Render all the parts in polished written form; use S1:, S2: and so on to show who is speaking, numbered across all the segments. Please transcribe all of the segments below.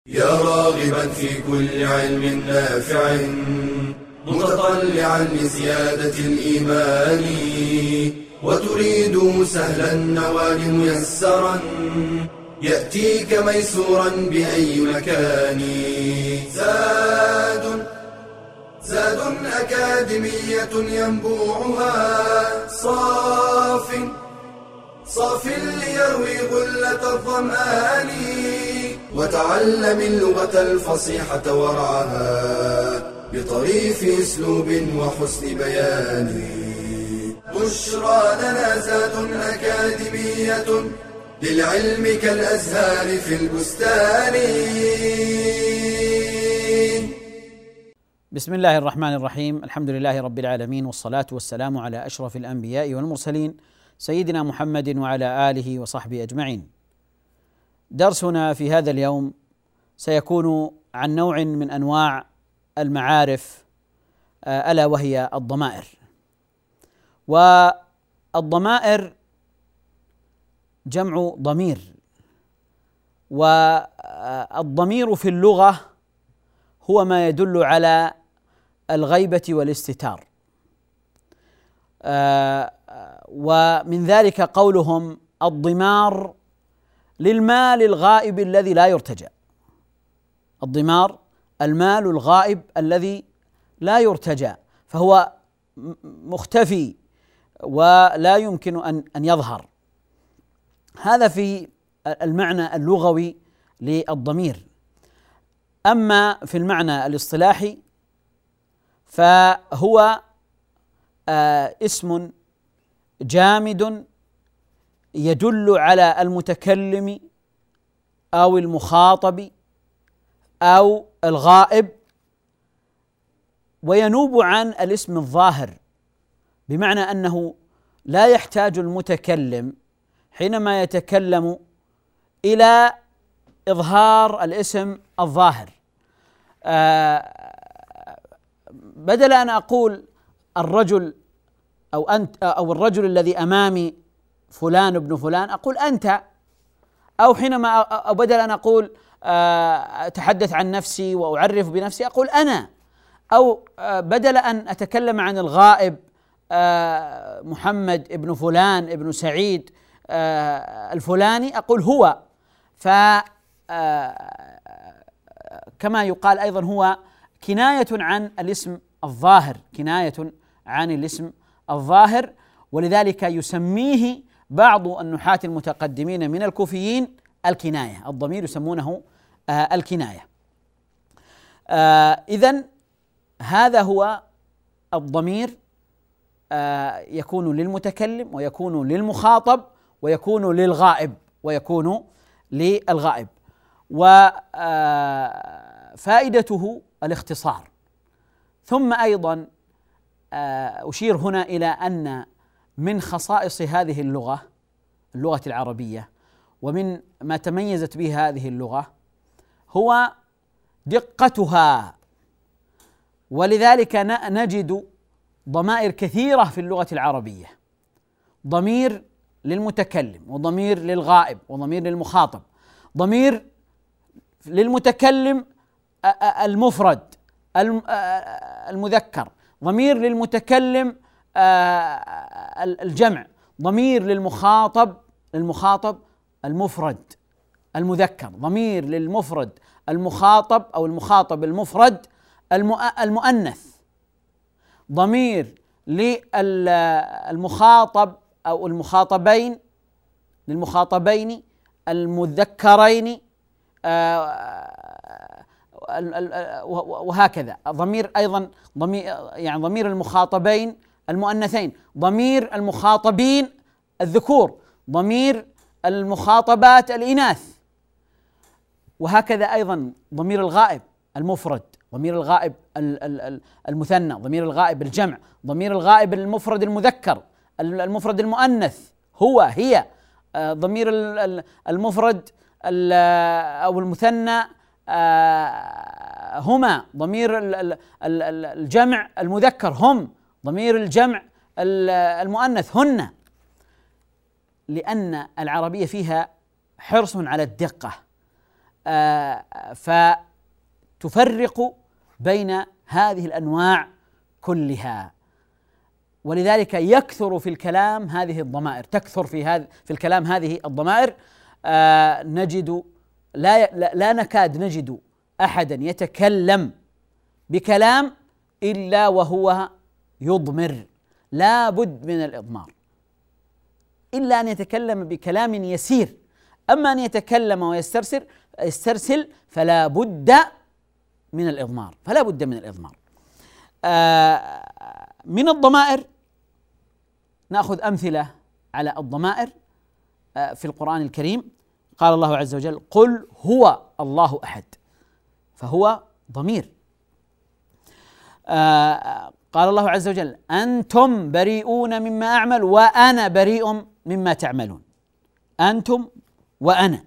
S1: يا راغبا في كل علم نافع متطلعا لزيادة الإيمان وتريد سهلا النوال ميسرا يأتيك ميسورا بأي مكان. زاد أكاديمية ينبوعها صاف ليروي غلة الظمآن وتعلم اللغة الفصيحة ورعاها بطريف اسلوب وحسن بيان. بشرى لنا زاد أكاديمية للعلم كالأزهار في البستان.
S2: بسم الله الرحمن الرحيم، الحمد لله رب العالمين، والصلاة والسلام على أشرف الأنبياء والمرسلين سيدنا محمد وعلى آله وصحبه أجمعين. درسنا في هذا اليوم سيكون عن نوع من أنواع المعارف ألا وهي الضمائر. والضمائر جمع ضمير، والضمير في اللغة هو ما يدل على الغيبة والاستتار، ومن ذلك قولهم الضمار للمال الغائب الذي لا يرتجى. الضمار المال الغائب الذي لا يرتجى، فهو مختفي ولا يمكن أن يظهر. هذا في المعنى اللغوي للضمير. أما في المعنى الاصطلاحي فهو اسم جامد يدل على المتكلم أو المخاطب أو الغائب، وينوب عن الاسم الظاهر، بمعنى أنه لا يحتاج المتكلم حينما يتكلم إلى إظهار الاسم الظاهر. بدل أن أقول الرجل أو أنت أو الرجل الذي أمامي فلان ابن فلان أقول أنت، أو حينما بدل أن أقول أتحدث عن نفسي وأعرف بنفسي أقول أنا، أو بدل أن أتكلم عن الغائب محمد ابن فلان ابن سعيد الفلاني أقول هو. كما يقال أيضا هو كناية عن الاسم الظاهر، كناية عن الاسم الظاهر، ولذلك يسميه بعض النحاة المتقدمين من الكوفيين الكناية. الضمير يسمونه الكناية. إذن هذا هو الضمير، يكون للمتكلم ويكون للمخاطب ويكون للغائب ويكون للغائب. وفائدته الاختصار. ثم أيضا أشير هنا إلى أن من خصائص هذه اللغة العربية، ومن ما تميزت به هذه اللغة هو دقتها، ولذلك نجد ضمائر كثيرة في اللغة العربية، ضمير للمتكلم وضمير للغائب وضمير للمخاطب. ضمير للمتكلم المفرد المذكر، ضمير للمتكلم الجمع، ضمير للمخاطب المفرد المذكر، ضمير للمفرد المخاطب أو المخاطب المفرد المؤنث، ضمير للمخاطب أو للمخاطبين المذكرين، وهكذا. ضمير أيضا ضمير المخاطبين المؤنثين، ضمير المخاطبين الذكور، ضمير المخاطبات الإناث، وهكذا أيضا ضمير الغائب المفرد، ضمير الغائب المثنى، ضمير الغائب الجمع، ضمير الغائب المفرد المذكر، المفرد المؤنث هو هي، ضمير المفرد أو المثنى هما، ضمير الجمع المذكر هم، ضمير الجمع المؤنث هن. لأن العربية فيها حرص على الدقة، فتفرق بين هذه الأنواع كلها. ولذلك يكثر في الكلام هذه الضمائر، تكثر في الكلام هذه الضمائر. نجد لا نكاد نجد أحدا يتكلم بكلام إلا وهو يضمر، لا بد من الإضمار، إلا أن يتكلم بكلام يسير. أما أن يتكلم ويسترسل فلا بد من الإضمار، من الضمائر نأخذ أمثلة على الضمائر في القرآن الكريم. قال الله عز وجل: قل هو الله أحد، فهو ضمير. قال الله عز وجل: أنتم بريئون مما أعمل وأنا بريء مما تعملون. أنتم وأنا.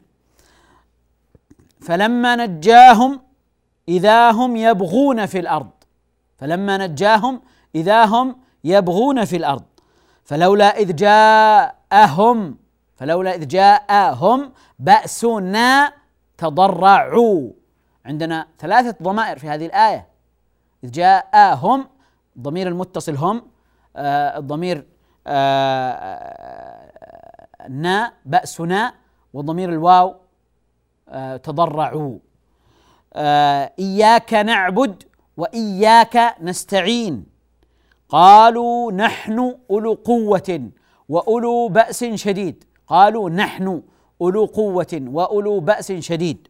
S2: فلما نجاهم إذا هم يبغون في الأرض، فلولا إذ جاءهم بأسنا تضرعوا. عندنا 3 ضمائر في هذه الآية. إذ جاءهم الضمير المتصل هم، الضمير نا بأسنا، وضمير الواو تضرعوا. إياك نعبد وإياك نستعين، قالوا نحن أولو قوة وأولو بأس شديد. قالوا نحن أولو قوة وأولو بأس شديد.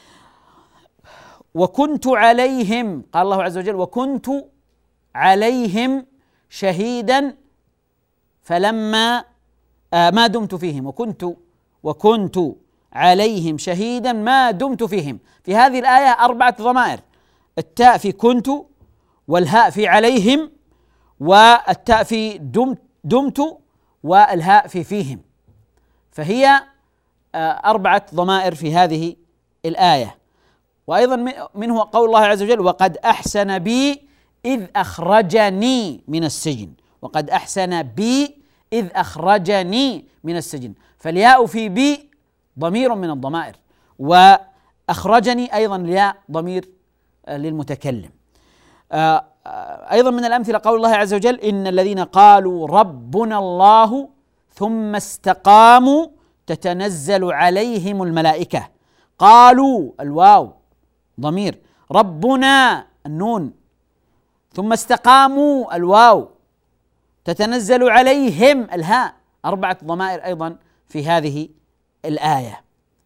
S2: وكنت عليهم، قال الله عز وجل: وكنت عليهم شهيدا فلما ما دمت فيهم. وكنت عليهم شهيدا ما دمت فيهم. في هذه الآية 4 ضمائر: التاء في كنت، والهاء في عليهم، والتاء في دمت، والهاء في فيهم. فهي 4 ضمائر في هذه الآية. وأيضا منه قول الله عز وجل: وقد أحسن بي إذ أخرجني من السجن. وقد أحسن بي إذ أخرجني من السجن. فالياء في بي ضمير من الضمائر، وأخرجني أيضا الياء ضمير للمتكلم. أيضا من الأمثلة قول الله عز وجل: إن الذين قالوا ربنا الله ثم استقاموا تتنزل عليهم الملائكة. قالوا الواو ضمير، ربنا النون، ثم استقاموا الواو، تتنزل عليهم الهاء. 4 ضمائر أيضا في هذه الآية.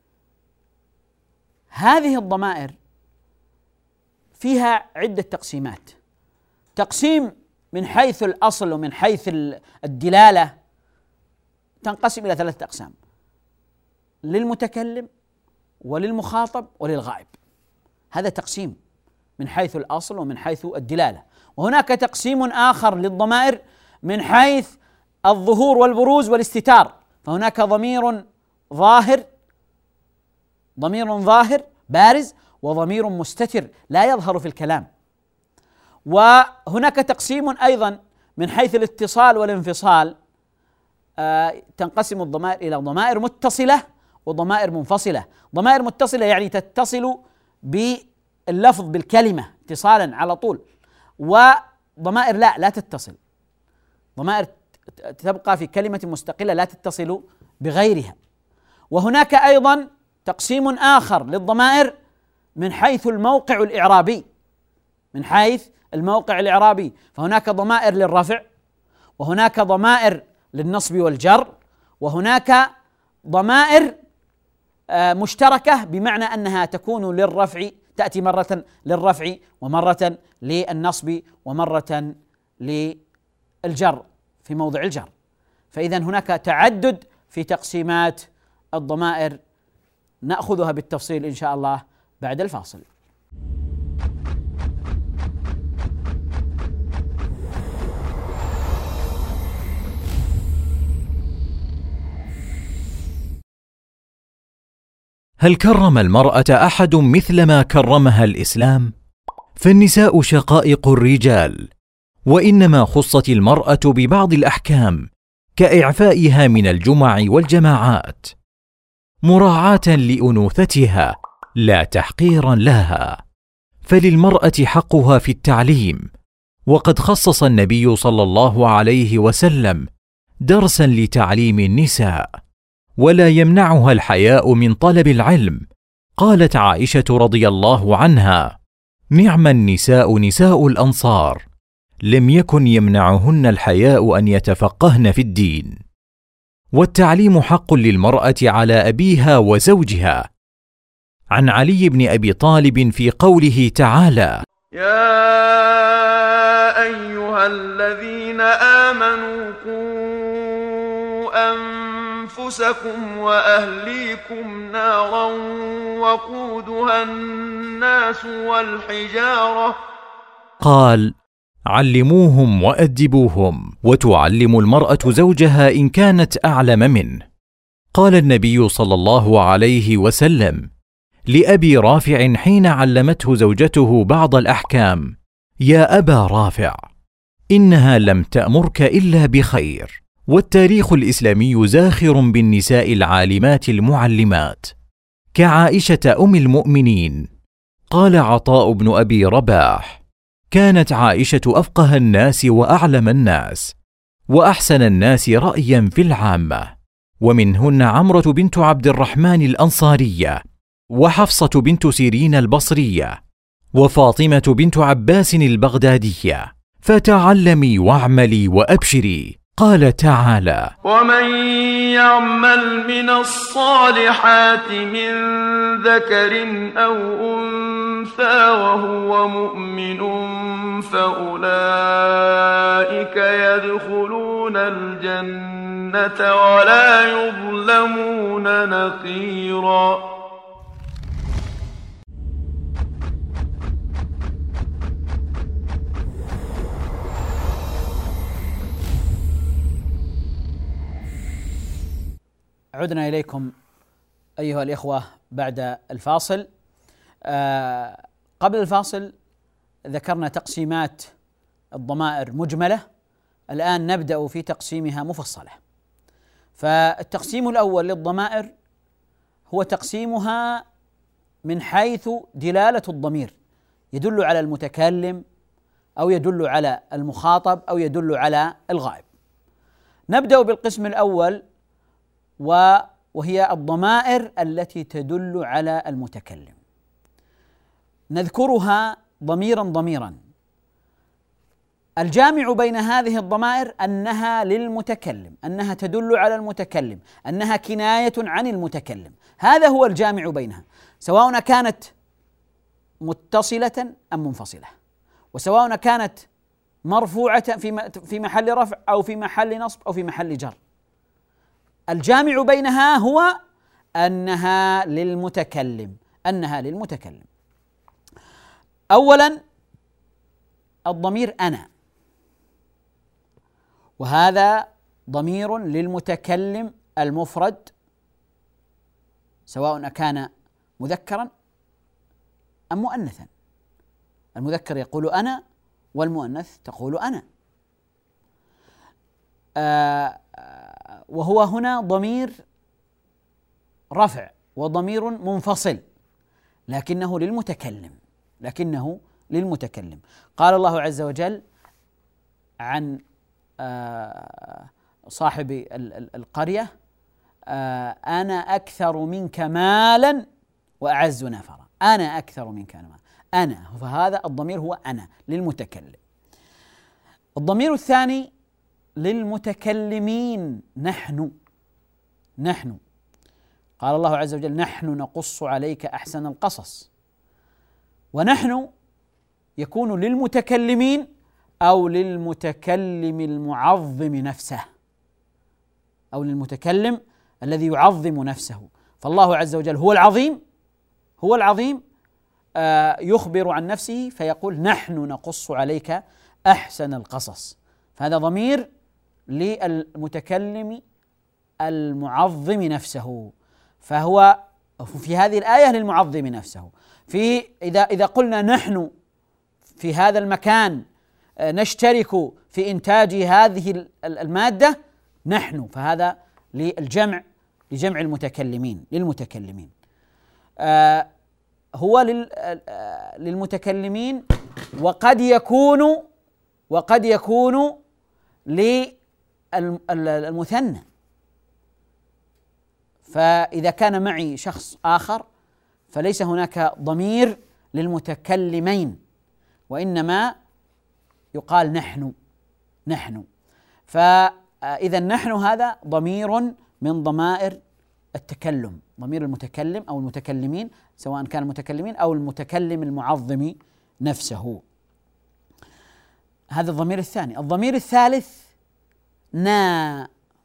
S2: هذه الضمائر فيها عدة تقسيمات. تقسيم من حيث الأصل ومن حيث الدلالة تنقسم إلى 3 أقسام: للمتكلم وللمخاطب وللغائب. هذا تقسيم من حيث الأصل ومن حيث الدلالة. وهناك تقسيم آخر للضمائر من حيث الظهور والبروز والاستتار، فهناك ضمير ظاهر بارز، وضمير مستتر لا يظهر في الكلام. وهناك تقسيم أيضا من حيث الاتصال والانفصال، تنقسم الضمائر إلى ضمائر متصلة وضمائر منفصلة. ضمائر متصلة يعني تتصل باللفظ بالكلمة اتصالا على طول، وضمائر لا تتصل، ضمائر تبقى في كلمة مستقلة لا تتصل بغيرها. وهناك أيضا تقسيم آخر للضمائر من حيث الموقع الإعرابي، فهناك ضمائر للرفع، وهناك ضمائر للنصب والجر، وهناك ضمائر مشتركة بمعنى أنها تكون للرفع، تأتي مرة للرفع ومرة للنصب ومرة للجر في موضع الجر. فإذا هناك تعدد في تقسيمات الضمائر، نأخذها بالتفصيل إن شاء الله بعد الفاصل.
S3: هل كرم المرأة أحد مثلما كرمها الإسلام؟ فالنساء شقائق الرجال، وإنما خصت المرأة ببعض الأحكام كإعفائها من الجمع والجماعات مراعاة لأنوثتها لا تحقيرا لها، فللمرأة حقها في التعليم، وقد خصص النبي صلى الله عليه وسلم درسا لتعليم النساء، ولا يمنعها الحياء من طلب العلم. قالت عائشة رضي الله عنها: نعم النساء نساء الأنصار، لم يكن يمنعهن الحياء أن يتفقهن في الدين. والتعليم حق للمرأة على أبيها وزوجها. عن علي بن أبي طالب في قوله تعالى:
S4: يا أيها الذين آمنوا قوا أنفسكم وأهليكم نارا وقودها الناس والحجارة.
S3: قال: علموهم وأدبوهم. وتعلم المرأة زوجها إن كانت أعلم منه. قال النبي صلى الله عليه وسلم لأبي رافع حين علمته زوجته بعض الأحكام: يا أبا رافع، إنها لم تأمرك إلا بخير. والتاريخ الإسلامي زاخر بالنساء العالمات المعلمات كعائشة أم المؤمنين. قال عطاء بن أبي رباح: كانت عائشة أفقه الناس وأعلم الناس وأحسن الناس رأيا في العامة، ومنهن عمرة بنت عبد الرحمن الأنصارية، وحفصة بنت سيرين البصرية، وفاطمة بنت عباس البغدادية. فتعلمي واعملي وأبشري. قال تعالى:
S4: ومن يعمل من الصالحات من ذكر أو أنثى وهو مؤمن فأولئك يدخلون الجنة ولا يظلمون نقيرا.
S2: عدنا إليكم أيها الإخوة بعد الفاصل. قبل الفاصل ذكرنا تقسيمات الضمائر مجملة، الآن نبدأ في تقسيمها مفصلة. فالتقسيم الأول للضمائر هو تقسيمها من حيث دلالة الضمير، يدل على المتكلم أو يدل على المخاطب أو يدل على الغائب. نبدأ بالقسم الأول وهي الضمائر التي تدل على المتكلم. نذكرها ضميرا ضميرا. الجامع بين هذه الضمائر أنها للمتكلم، أنها تدل على المتكلم، أنها كناية عن المتكلم. هذا هو الجامع بينها، سواء كانت متصلة أم منفصلة، وسواء كانت مرفوعة في محل رفع أو في محل نصب أو في محل جر. الجامع بينها هو أنها للمتكلم، أنها للمتكلم. أولا الضمير أنا، وهذا ضمير للمتكلم المفرد سواء كان مذكرا أم مؤنثا. المذكر يقول أنا والمؤنث تقول أنا. وهو هنا ضمير رفع وضمير منفصل، لكنه للمتكلم. قال الله عز وجل عن صاحب القرية: أنا أكثر منك مالا وأعز نفرا. أنا أكثر منك مالا، أنا، فهذا الضمير هو أنا للمتكلم. الضمير الثاني للمتكلمين: نحن. قال الله عز وجل: نحن نقص عليك أحسن القصص. ونحن يكون للمتكلمين أو للمتكلم المعظم نفسه، أو للمتكلم الذي يعظم نفسه. فالله عز وجل هو العظيم يخبر عن نفسه فيقول: نحن نقص عليك أحسن القصص. فهذا ضمير للمتكلم المعظم نفسه، فهو في هذه الآية للمعظم نفسه. إذا قلنا نحن في هذا المكان نشترك في إنتاج هذه المادة، نحن، فهذا لجمع المتكلمين للمتكلمين. هو للمتكلمين، وقد يكون للمثنى. فإذا كان معي شخص آخر فليس هناك ضمير للمتكلمين، وإنما يقال نحن. فإذا نحن هذا ضمير من ضمائر التكلم، ضمير المتكلم أو المتكلمين، سواء كان المتكلمين أو المتكلم المعظم نفسه. هذا الضمير الثاني. الضمير الثالث نا،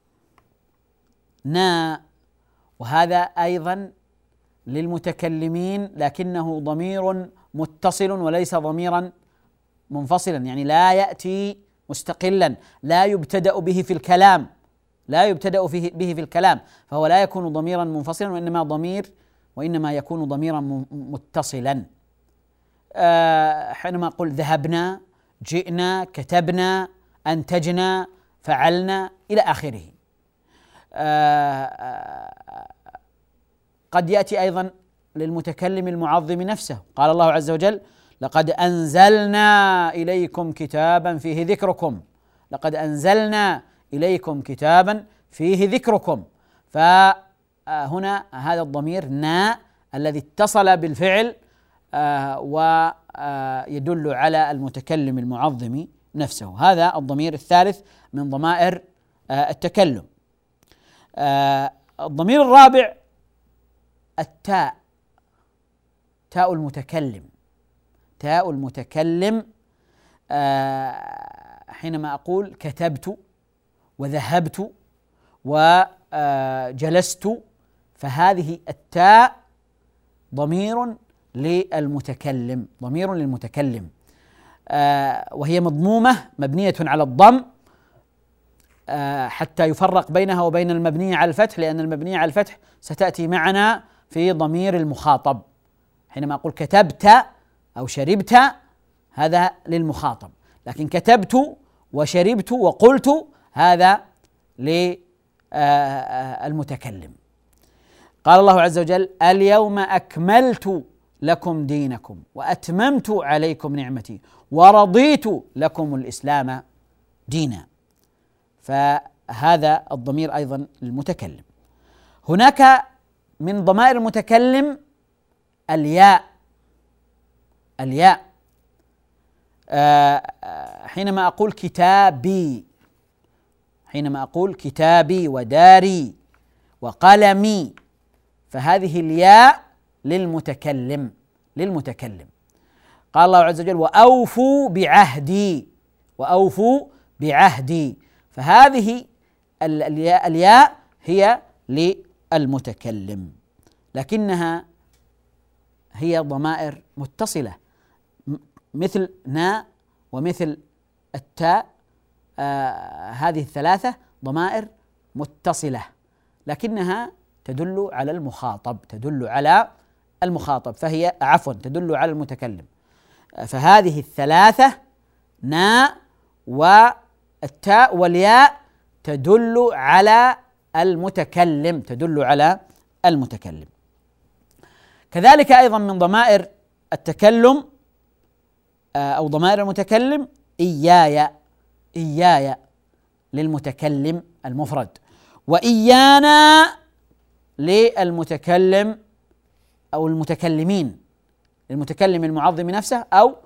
S2: وهذا أيضا للمتكلمين، لكنه ضمير متصل وليس ضميرا منفصلا، يعني لا يأتي مستقلا، لا يبتدأ به في الكلام، فهو لا يكون ضميرا منفصلا، وإنما يكون ضميرا متصلا. حينما أقول ذهبنا، جئنا، كتبنا، أنتجنا، فعلنا إلى آخره. قد يأتي أيضا للمتكلم المعظم نفسه. قال الله عز وجل: لقد أنزلنا إليكم كتابا فيه ذكركم، لقد أنزلنا إليكم كتابا فيه ذكركم. فهنا هذا الضمير نا الذي اتصل بالفعل ويدل على المتكلم المعظم نفسه. هذا الضمير الثالث من ضمائر التكلم. الضمير الرابع التاء، تاء المتكلم. حينما أقول كتبت وذهبت وجلست، فهذه التاء ضمير للمتكلم، وهي مضمومة مبنية على الضم، حتى يفرق بينها وبين المبنية على الفتح، لأن المبنية على الفتح ستأتي معنا في ضمير المخاطب. حينما أقول كتبت أو شربت هذا للمخاطب، لكن كتبت وشربت وقلت هذا للمتكلم. قال الله عز وجل: اليوم أكملت لكم دينكم وأتممت عليكم نعمتي ورضيت لكم الإسلام دينا. فهذا الضمير أيضا للمتكلم. هناك من ضمائر المتكلم الياء. حينما أقول كتابي وداري وقلمي، فهذه الياء للمتكلم. قال الله عز وجل: وأوفوا بعهدي، فهذه الياء هي للمتكلم، لكنها هي ضمائر متصلة مثل نا ومثل التاء. هذه الثلاثة ضمائر متصلة، لكنها تدل على المخاطب، فهي تدل على المتكلم. فهذه الثلاثة نا والتاء والياء تدل على المتكلم. كذلك أيضا من ضمائر التكلم أو ضمائر المتكلم إياي للمتكلم المفرد، وإيانا للمتكلم أو المتكلمين، للمتكلم المعظم نفسه أو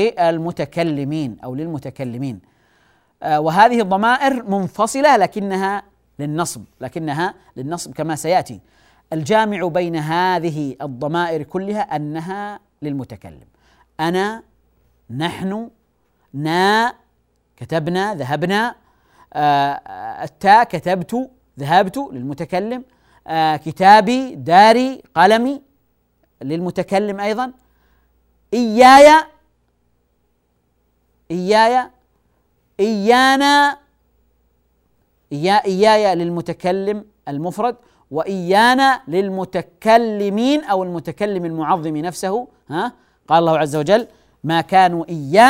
S2: للمتكلمين. وهذه الضمائر منفصلة لكنها للنصب كما سيأتي. الجامع بين هذه الضمائر كلها أنها للمتكلم. أنا، نحن، نا، كتبنا، ذهبنا. التاء كتبت، ذهبت للمتكلم. كتابي، داري، قلمي للمتكلم أيضا. إياي، إيانا، إياي للمتكلم المفرد، وإيانا للمتكلمين أو المتكلم المعظم نفسه. قال الله عز وجل: ما كانوا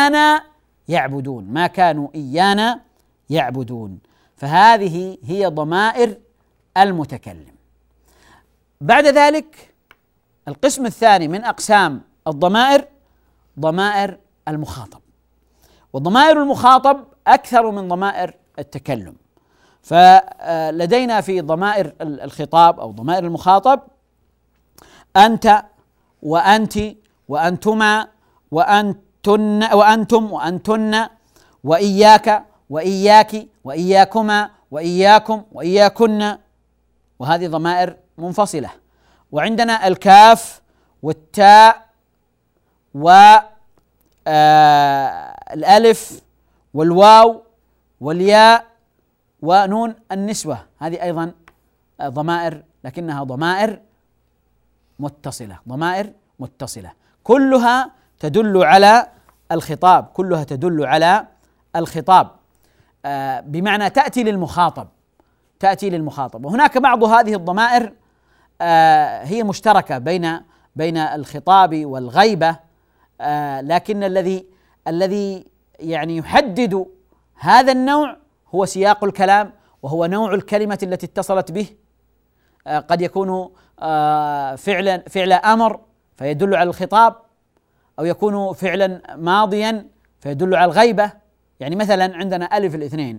S2: إيانا يعبدون. فهذه هي ضمائر المتكلم. بعد ذلك القسم الثاني من أقسام الضمائر ضمائر المخاطب، وضمائر المخاطب أكثر من ضمائر التكلم. فلدينا في ضمائر الخطاب أو ضمائر المخاطب أنت وأنت وأنتما وأنتن وأنتم وأنتن وإياك وإياك وإياكما وإياكم وإياكن، وهذه ضمائر منفصلة. وعندنا الكاف والتاء والألف والواو والياء ونون النسوة، هذه أيضا ضمائر لكنها ضمائر متصلة، ضمائر متصلة كلها تدل على الخطاب، كلها تدل على الخطاب، بمعنى تأتي للمخاطب، تأتي للمخاطب. وهناك بعض هذه الضمائر هي مشتركة بين الخطاب والغيبة، لكن الذي يعني يحدد هذا النوع هو سياق الكلام، وهو نوع الكلمة التي اتصلت به. قد يكون فعل أمر فيدل على الخطاب، أو يكون فعلا ماضيا فيدل على الغيبة. يعني مثلا عندنا ألف الاثنين،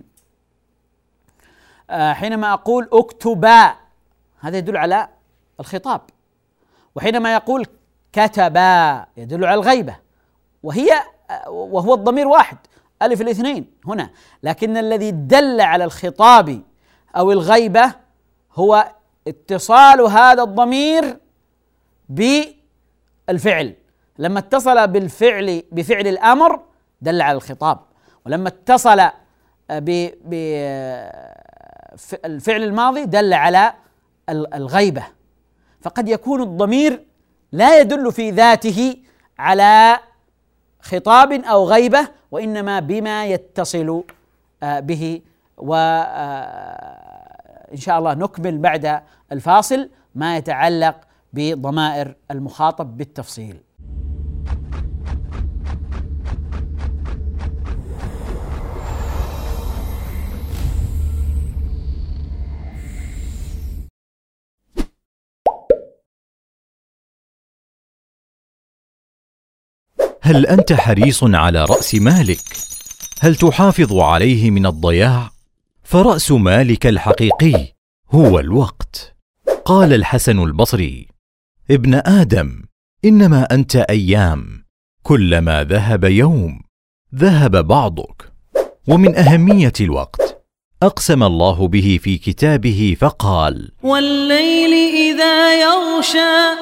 S2: حينما أقول اكتبا هذا يدل على الخطاب، وحينما يقول كتبا يدل على الغيبة، وهو الضمير واحد ألف الاثنين هنا، لكن الذي دل على الخطاب أو الغيبة هو اتصال هذا الضمير بالفعل. لما اتصل بفعل الأمر دل على الخطاب، ولما اتصل بالفعل الماضي دل على الغيبة. فقد يكون الضمير لا يدل في ذاته على خطاب أو غيبة، وإنما بما يتصل به. وإن شاء الله نكمل بعد الفاصل ما يتعلق بضمائر المخاطب بالتفصيل.
S3: هل أنت حريص على رأس مالك؟ هل تحافظ عليه من الضياع؟ فرأس مالك الحقيقي هو الوقت. قال الحسن البصري: ابن آدم، إنما أنت أيام، كلما ذهب يوم ذهب بعضك. ومن أهمية الوقت أقسم الله به في كتابه فقال:
S5: والليل إذا يغشى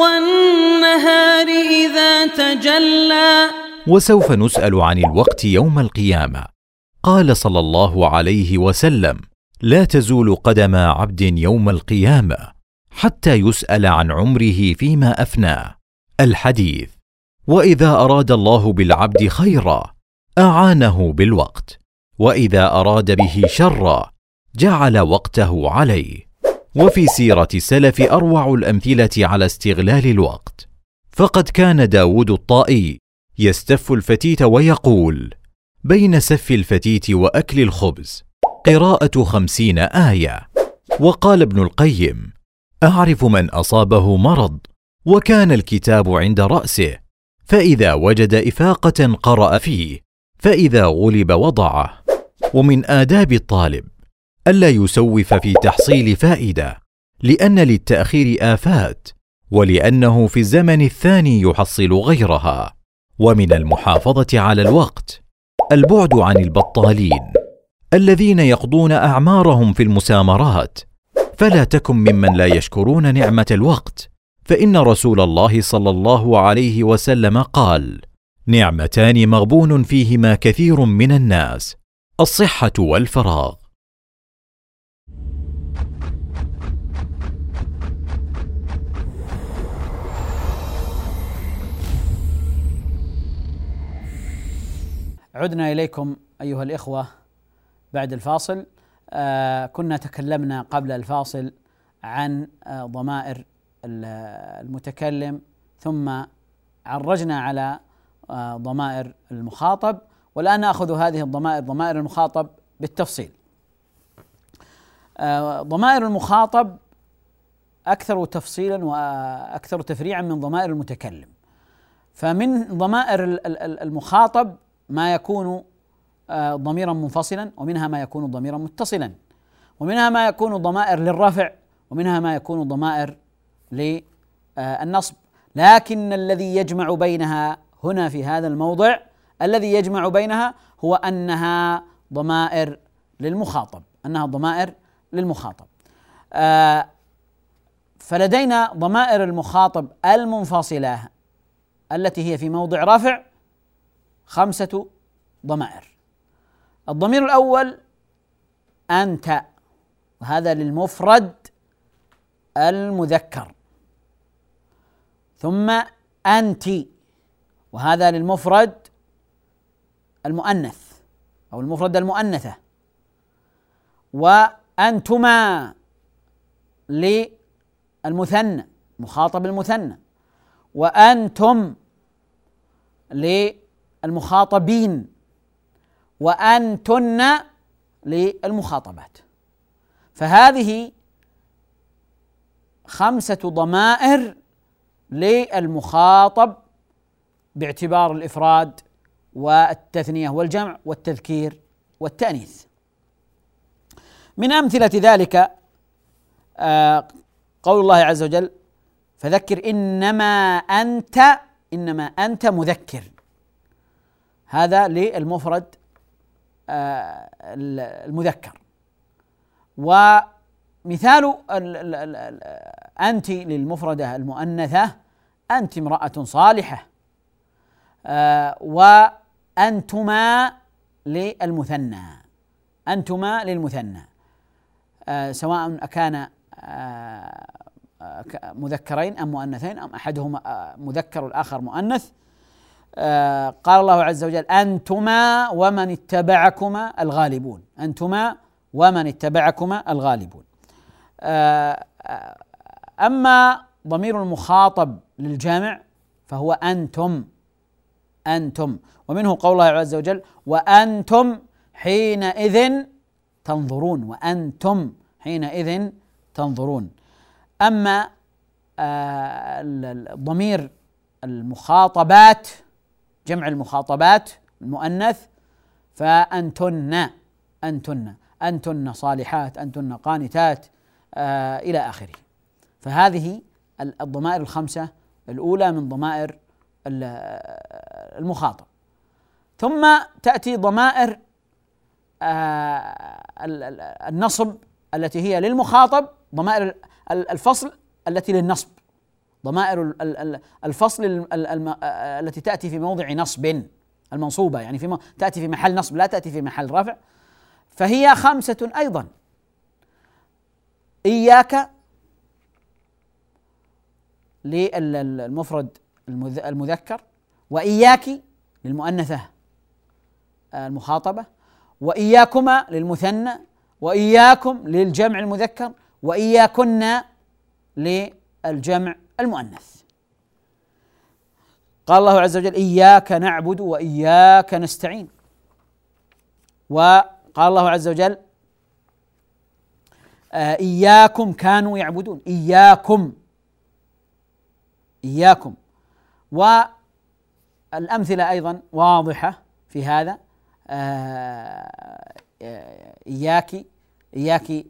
S5: والنهار إذا تجلى.
S3: وسوف نسأل عن الوقت يوم القيامة. قال صلى الله عليه وسلم: لا تزول قدم عبد يوم القيامة حتى يسأل عن عمره فيما أفناه. الحديث. وإذا أراد الله بالعبد خيرا أعانه بالوقت، وإذا أراد به شرا جعل وقته عليه. وفي سيرة السلف أروع الأمثلة على استغلال الوقت، فقد كان داود الطائي يستف الفتيت ويقول: بين سف الفتيت وأكل الخبز قراءة 50 آية. وقال ابن القيم: أعرف من أصابه مرض وكان الكتاب عند رأسه، فإذا وجد إفاقة قرأ فيه، فإذا غلب وضعه. ومن آداب الطالب ألا يسوف في تحصيل فائدة، لأن للتأخير آفات، ولأنه في الزمن الثاني يحصل غيرها. ومن المحافظة على الوقت البعد عن البطالين الذين يقضون أعمارهم في المسامرات، فلا تكن ممن لا يشكرون نعمة الوقت، فإن رسول الله صلى الله عليه وسلم قال: نعمتان مغبون فيهما كثير من الناس، الصحة والفراغ.
S2: عدنا إليكم أيها الإخوة بعد الفاصل. كنا تكلمنا قبل الفاصل عن ضمائر المتكلم، ثم عرجنا على ضمائر المخاطب، والآن نأخذ هذه الضمائر، ضمائر المخاطب بالتفصيل. ضمائر المخاطب أكثر تفصيلا وأكثر تفريعا من ضمائر المتكلم. فمن ضمائر المخاطب ما يكون ضميرا منفصلا، ومنها ما يكون ضميرا متصلا، ومنها ما يكون ضمائر للرفع، ومنها ما يكون ضمائر للنصب. لكن الذي يجمع بينها هنا في هذا الموضع، الذي يجمع بينها هو أنها ضمائر للمخاطب، أنها ضمائر للمخاطب. فلدينا ضمائر المخاطب المنفصلة التي هي في موضع رفع 5 ضمائر. الضمير الأول أنت، وهذا للمفرد المذكر. ثم أنت، وهذا للمفرد المؤنث أو المفرد المؤنثة. وأنتما للمثنى، مخاطب المثنى. وأنتم للمخاطبين، وأنتن للمخاطبات. فهذه 5 ضمائر للمخاطب باعتبار الإفراد والتثنية والجمع والتذكير والتأنيث. من أمثلة ذلك قول الله عز وجل: فذكر إنما أنت مذكر. هذا للمفرد المذكر. ومثال أنت للمفردة المؤنثة: أنت امرأة صالحة. وأنتما للمثنى، أنتما للمثنى، سواء أكان مذكرين أم مؤنثين أم أحدهما مذكر والآخر مؤنث. قال الله عز وجل: أنتما ومن اتبعكما الغالبون، أنتما ومن اتبعكما الغالبون. أما ضمير المخاطب للجامع فهو أنتم، أنتم، ومنه قول الله عز وجل: وأنتم حينئذ تنظرون، وأنتم حينئذ تنظرون. أما ضمير المخاطبات، جمع المخاطبات المؤنث، فأنتن، أنتن صالحات، أنتن قانتات، إلى آخره. فهذه الضمائر 5 الأولى من ضمائر المخاطب. ثم تأتي ضمائر النصب التي هي للمخاطب، ضمائر الفصل التي للنصب، ضمائر الفصل التي تأتي في موضع نصب، المنصوبة يعني تأتي في محل نصب، لا تأتي في محل رفع. فهي 5 أيضا: إياك للمفرد المذكر، وإياك للمؤنثة المخاطبة، وإياكما للمثنى، وإياكم للجمع المذكر، وإياكن للجمع المؤنث. قال الله عز وجل: إياك نعبد وإياك نستعين. وقال الله عز وجل: إياكم كانوا يعبدون، إياكم، إياكم. والأمثلة أيضا واضحة في هذا: إياك، إياك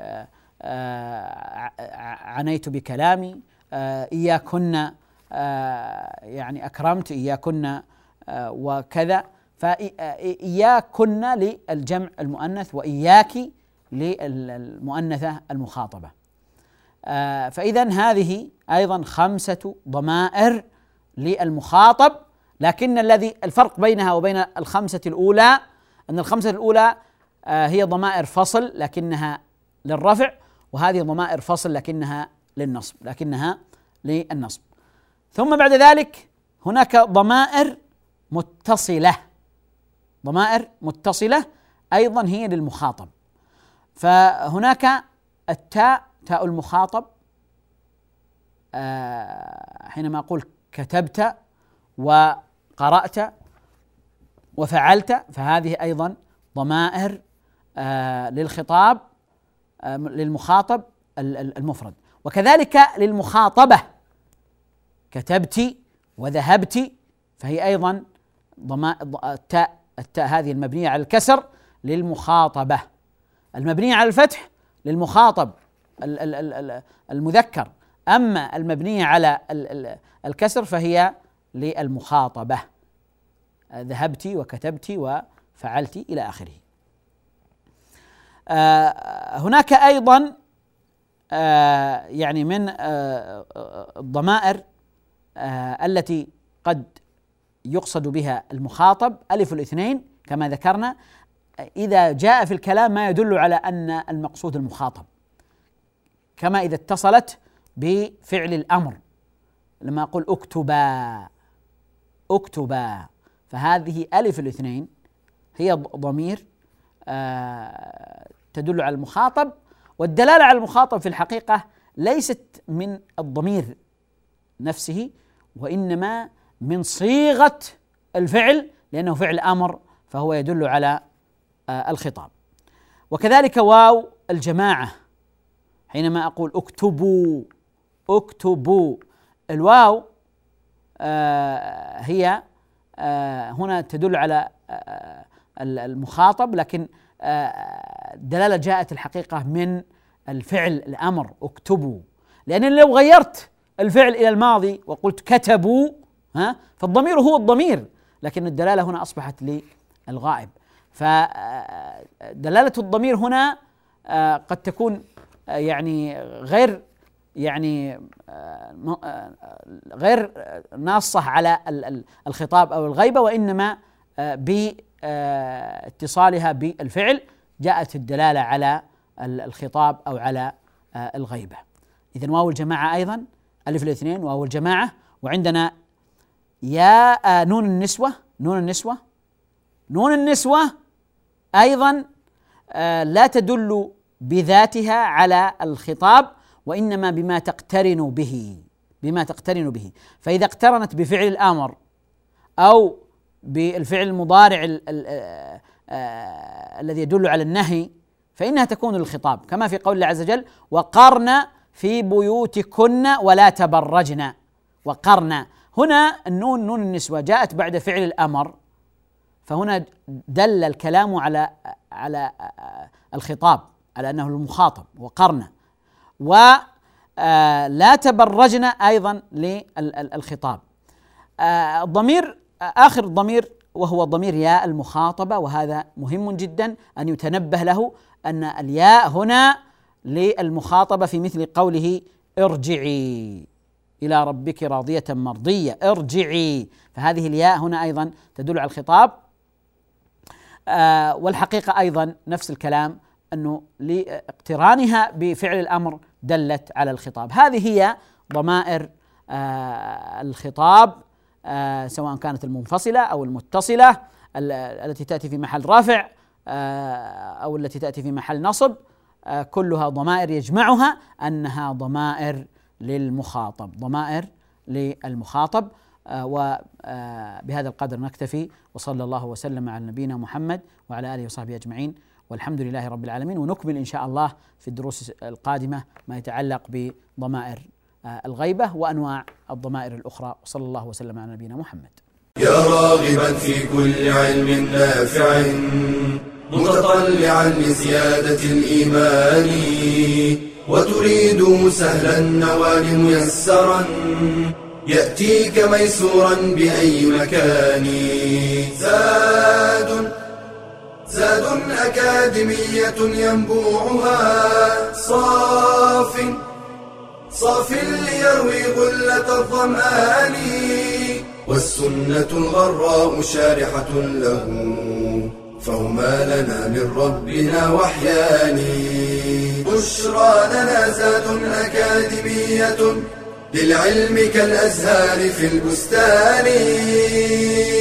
S2: عنيت بكلامي، إياكن يعني أكرمت، إياكن وكذا. فإياكن للجمع المؤنث، وإياك للمؤنثة المخاطبة. فإذا هذه أيضا 5 ضمائر للمخاطب. لكن الذي الفرق بينها وبين 5 الأولى أن 5 الأولى هي ضمائر فصل لكنها للرفع، وهذه ضمائر فصل لكنها للنصب، لكنها للنصب. ثم بعد ذلك هناك ضمائر متصلة، ضمائر متصلة أيضا هي للمخاطب. فهناك التاء، تاء المخاطب، حينما أقول كتبت وقرأت وفعلت، فهذه أيضا ضمائر للخطاب للمخاطب المفرد. وكذلك للمخاطبة، كتبت وذهبت، فهي أيضا التاء هذه المبنية على الكسر للمخاطبة، المبنية على الفتح للمخاطب المذكر، أما المبنية على الكسر فهي للمخاطبة، ذهبت وكتبت وفعلت إلى آخره. هناك أيضا يعني من الضمائر التي قد يقصد بها المخاطب ألف الاثنين كما ذكرنا، إذا جاء في الكلام ما يدل على أن المقصود المخاطب، كما إذا اتصلت بفعل الأمر، لما أقول اكتبا، فهذه ألف الاثنين هي ضمير تدل على المخاطب، والدلالة على المخاطب في الحقيقة ليست من الضمير نفسه، وإنما من صيغة الفعل، لأنه فعل أمر فهو يدل على الخطاب. وكذلك واو الجماعة، حينما أقول اكتبوا، الواو هي هنا تدل على المخاطب، لكن الدلالة جاءت الحقيقة من الفعل الأمر اكتبوا، لأن لو غيرت الفعل إلى الماضي وقلت كتبوا فالضمير هو الضمير، لكن الدلالة هنا أصبحت للغائب، فدلالة الضمير هنا قد تكون يعني غير ناصة على الخطاب أو الغيبة، وإنما باتصالها بالفعل جاءت الدلالة على الخطاب أو على الغيبة. إذن واو الجماعة أيضا ألف الاثنين واو الجماعة، وعندنا يا نون النسوة أيضا لا تدل بذاتها على الخطاب، وإنما بما تقترن به، فإذا اقترنت بفعل الأمر أو بالفعل المضارع الذي يدل على النهي فإنها تكون للخطاب، كما في قول الله عز وجل وقرن في بيوتكن ولا تبرجن. وقرن هنا النون نون النسوة جاءت بعد فعل الأمر، فهنا دل الكلام على الخطاب، على أنه المخاطب، وقرن، ولا تبرجن أيضا للخطاب. الضمير آخر الضمير وهو ضمير ياء المخاطبة، وهذا مهم جدا أن يتنبه له، أن الياء هنا للمخاطبة في مثل قوله ارجعي إلى ربك راضية مرضية، ارجعي، فهذه الياء هنا أيضا تدل على الخطاب. والحقيقة أيضا نفس الكلام، أنه لاقترانها بفعل الأمر دلت على الخطاب. هذه هي ضمائر الخطاب، سواء كانت المنفصلة أو المتصلة، التي تأتي في محل رفع أو التي تأتي في محل نصب، كلها ضمائر يجمعها أنها ضمائر للمخاطب. وبهذا القدر نكتفي، وصلى الله وسلم على نبينا محمد وعلى آله وصحبه أجمعين، والحمد لله رب العالمين. ونكمل إن شاء الله في الدروس القادمة ما يتعلق بضمائر الغيبة وأنواع الضمائر الأخرى، وصلى الله وسلم على نبينا محمد.
S1: يا راغبا في كل علم نافع متطلعا لزيادة الإيمان، وتريد سهلا النوال ميسرا يأتيك ميسورا بأي مكان. زاد أكاديمية ينبوعها صاف ليروي غلة الظمآن، والسنة الغراء شارحة له، فهما لنا من ربنا وحيان. بشرى لنا زاد أكاديمية للعلم كالأزهار في البستان.